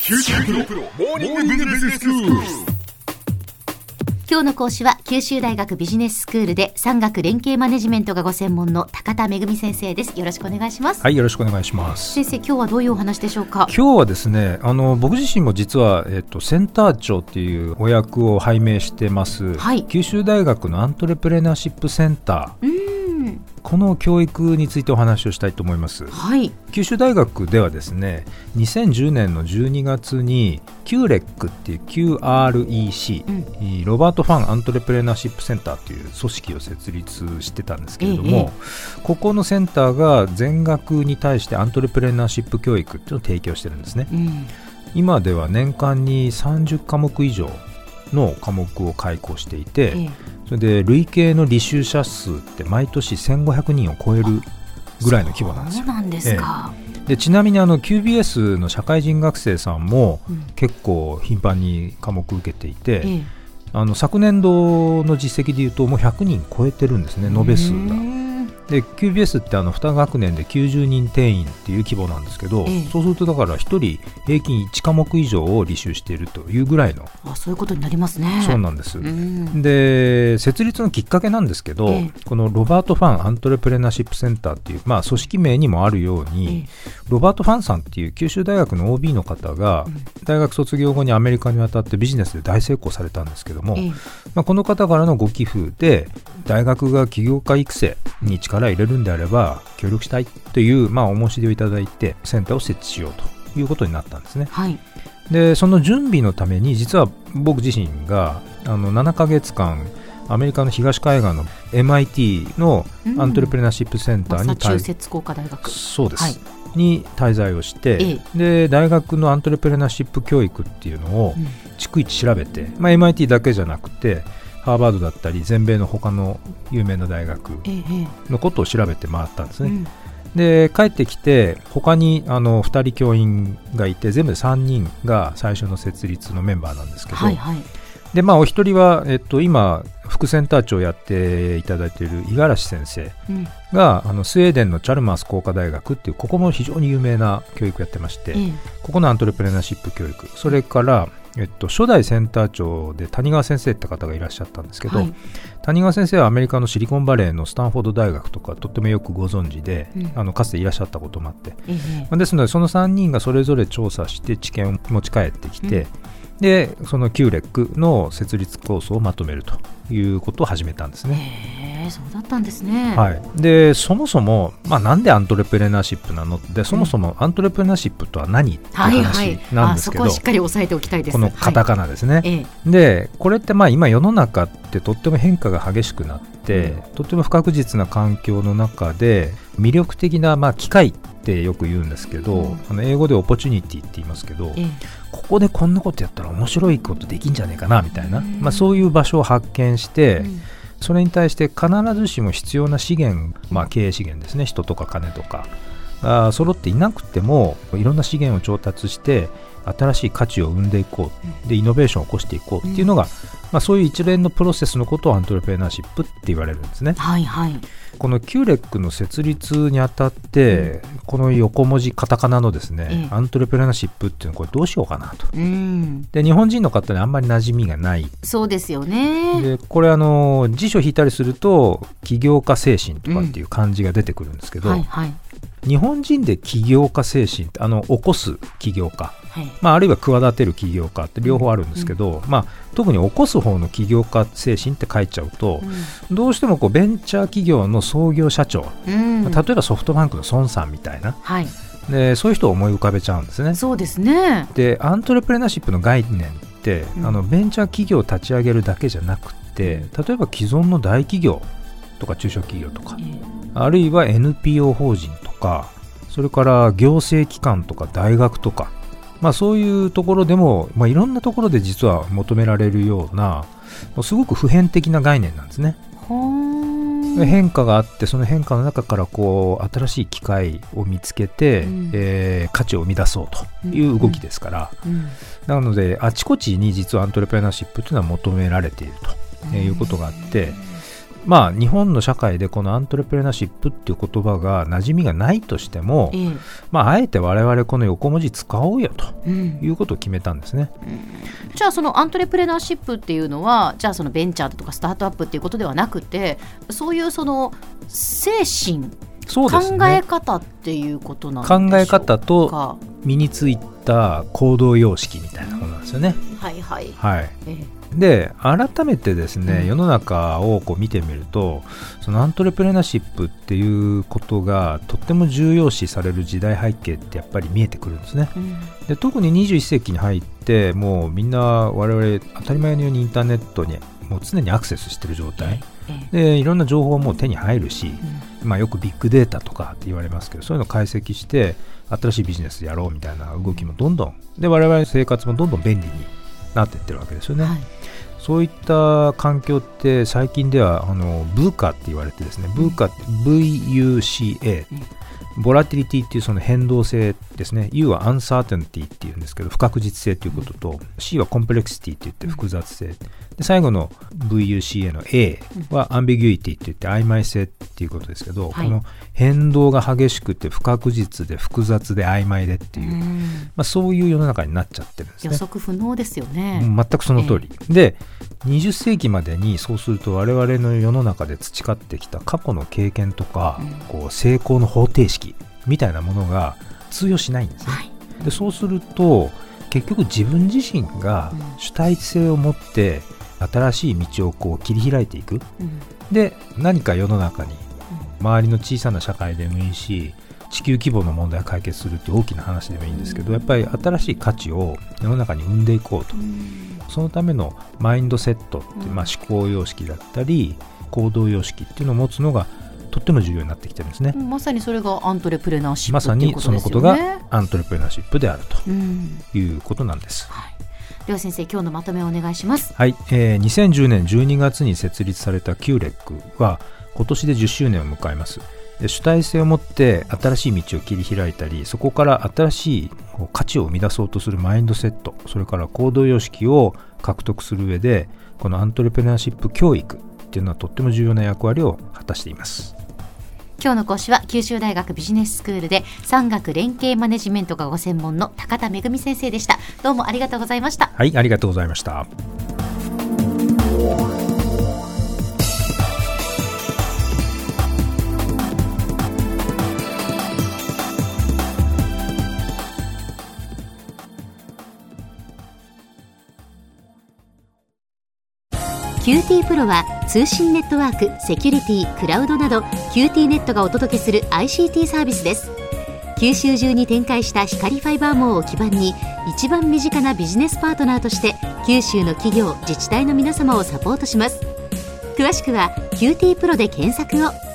九州大学モーニングビジネススクール。 今日の講師は九州大学ビジネススクールで産学連携マネジメントがご専門の高田恵先生です。よろしくお願いします。 はい、よろしくお願いします。 先生、今日はどういうお話でしょうか。 今日はですね、僕自身も実は、センター長っていうお役を拝命してます、 はい、 九州大学のアントレプレナーシップセンター、この教育についてお話をしたいと思います、 はい、 九州大学ではですね、2010年の12月に QREC っていう QREC、ロバート・ファン・アントレプレナーシップセンターという組織を設立してたんですけれども、ここのセンターが全学に対してアントレプレナーシップ教育っていうのを提供してるんですね、今では年間に30科目以上の科目を開講していて、それで累計の履修者数って毎年1500人を超えるぐらいの規模なんですよ。 そうなんですか。 でちなみにQBS の社会人学生さんも結構頻繁に科目を受けていて、昨年度の実績でいうともう100人超えてるんですね、延べ数が。で QBS って2学年で90人定員っていう規模なんですけど、そうするとだから1人平均1科目以上を履修しているというぐらいの。 そういうことになりますね。 そうなんです。で設立のきっかけなんですけど、このロバート・ファン・アントレプレナーシップセンターっていう、組織名にもあるように、ロバート・ファンさんっていう九州大学の OB の方が、大学卒業後にアメリカに渡ってビジネスで大成功されたんですけども、この方からのご寄付で大学が起業家育成に力を入れるんであれば協力したいという、お申し出をいただいてセンターを設置しようということになったんですね、でその準備のために実は僕自身が7ヶ月間アメリカの東海岸の MIT のアントレプレナーシップセンターにマサチューセッツ工科大学、 そうです、に滞在をして、で大学のアントレプレナーシップ教育っていうのを逐一調べて、MIT だけじゃなくてハーバードだったり全米の他の有名な大学のことを調べて回ったんですね、で帰ってきて他に2人教員がいて全部で3人が最初の設立のメンバーなんですけど、でお一人は、今副センター長をやっていただいている五十嵐先生が、スウェーデンのチャルマース工科大学っていうここも非常に有名な教育をやってまして、ここのアントレプレナーシップ教育、それから初代センター長で谷川先生って方がいらっしゃったんですけど、谷川先生はアメリカのシリコンバレーのスタンフォード大学とかとってもよくご存知で、かつていらっしゃったこともあって、ですのでその3人がそれぞれ調査して知見を持ち帰ってきて、でその QREC の設立構想をまとめるということを始めたんですね。 そうだったんですね、 でそもそも、なんでアントレプレナーシップなので、そもそもアントレプレナーシップとは何っていう話なんですけど、 そこはしっかり押さえておきたいです。 このカタカナですね、でこれって今世の中ってとっても変化が激しくなって、とっても不確実な環境の中で魅力的な、機会ってよく言うんですけど、英語でオポチュニティって言いますけど、ここでこんなことやったら面白いことできんじゃねえかなみたいな、そういう場所を発見して、それに対して必ずしも必要な資源、経営資源ですね、人とか金とかが揃っていなくてもいろんな資源を調達して新しい価値を生んでいこう、でイノベーションを起こしていこうっていうのが、そういう一連のプロセスのことをアントレプレナーシップって言われるんですね、この QREC の設立にあたって、この横文字カタカナのですね、アントレプレナーシップっていうのはこれどうしようかなと、で日本人の方にあんまり馴染みがない。 そうですよね。 でこれ辞書引いたりすると起業家精神とかっていう漢字が出てくるんですけど、日本人で起業家精神って起こす起業家、あるいは企てる起業家って両方あるんですけど、特に起こす方の起業家精神って書いちゃうと、どうしてもベンチャー企業の創業社長、例えばソフトバンクの孫さんみたいな、でそういう人を思い浮かべちゃうんですね。 そうですね。 でアントレプレナーシップの概念って、ベンチャー企業を立ち上げるだけじゃなくて、例えば既存の大企業とか中小企業とか、あるいは NPO 法人とか、それから行政機関とか大学とか、そういうところでも、いろんなところで実は求められるようなすごく普遍的な概念なんですね。変化があって、その変化の中から新しい機会を見つけて、価値を生み出そうという動きですから、なのであちこちに実はアントレプレナーシップというのは求められているということがあって、 日本の社会でこのアントレプレナーシップっていう言葉が馴染みがないとしても、あえて我々この横文字使おうよということを決めたんですね。 じゃあそのアントレプレナーシップっていうのは、じゃあそのベンチャーとかスタートアップっていうことではなくて、そういうその精神、 そうですね、 考え方っていうことなんでしょうか。 考え方と身についた行動様式みたいなものなんですよね。 はいはい、 はい。で改めてですね、世の中をこう見てみると、そのアントレプレナーシップっていうことがとっても重要視される時代背景ってやっぱり見えてくるんですね。で特に21世紀に入ってもうみんな我々当たり前のようにインターネットにもう常にアクセスしている状態で、いろんな情報も手に入るし、よくビッグデータとかって言われますけど、そういうのを解析して新しいビジネスやろうみたいな動きもどんどんで、我々の生活もどんどん便利になっていってるわけですよね。そういった環境って最近ではVUCAって言われてですね、VUCA、VUCA、ボラティリティっていうその変動性ですね。U はアンサーテンティっていうんですけど、不確実性ということと、C はコンプレクシティって言って複雑性で、最後の VUCA の A はアンビギュイティって言って曖昧性っていうことですけど、この変動が激しくて不確実で複雑で曖昧でっていう、そういう世の中になっちゃってるんですね。 予測不能ですよね。 全くその通り、で20世紀までにそうすると我々の世の中で培ってきた過去の経験とか、こう成功の方程式みたいなものが通用しないんですね。でそうすると結局自分自身が主体性を持って新しい道をこう切り開いていく、で何か世の中に周りの小さな社会でもいいし、地球規模の問題を解決するって大きな話でもいいんですけど、やっぱり新しい価値を世の中に生んでいこうと、そのためのマインドセットって、思考様式だったり行動様式っていうのを持つのがとっても重要になってきてるんですね。 まさにそれがアントレプレナーシップまさにそのことがアントレプレナーシップであるということなんです。 では先生、今日のまとめをお願いします。 はい、2010年12月に設立された QREC は今年で10周年を迎えます。で主体性を持って新しい道を切り開いたり、そこから新しい価値を生み出そうとするマインドセット、それから行動様式を獲得する上で、このアントレプレナーシップ教育っていうのはとっても重要な役割を果たしています。 今日の講師は九州大学ビジネススクールで産学連携マネジメントがご専門の高田恵先生でした。どうもありがとうございました。 はい、ありがとうございました。 QT プロは通信ネットワーク、セキュリティ、クラウドなど QT ネットがお届けする ICT サービスです。九州中に展開した光ファイバー網を基盤に、一番身近なビジネスパートナーとして九州の企業、自治体の皆様をサポートします。詳しくは QT プロで検索を。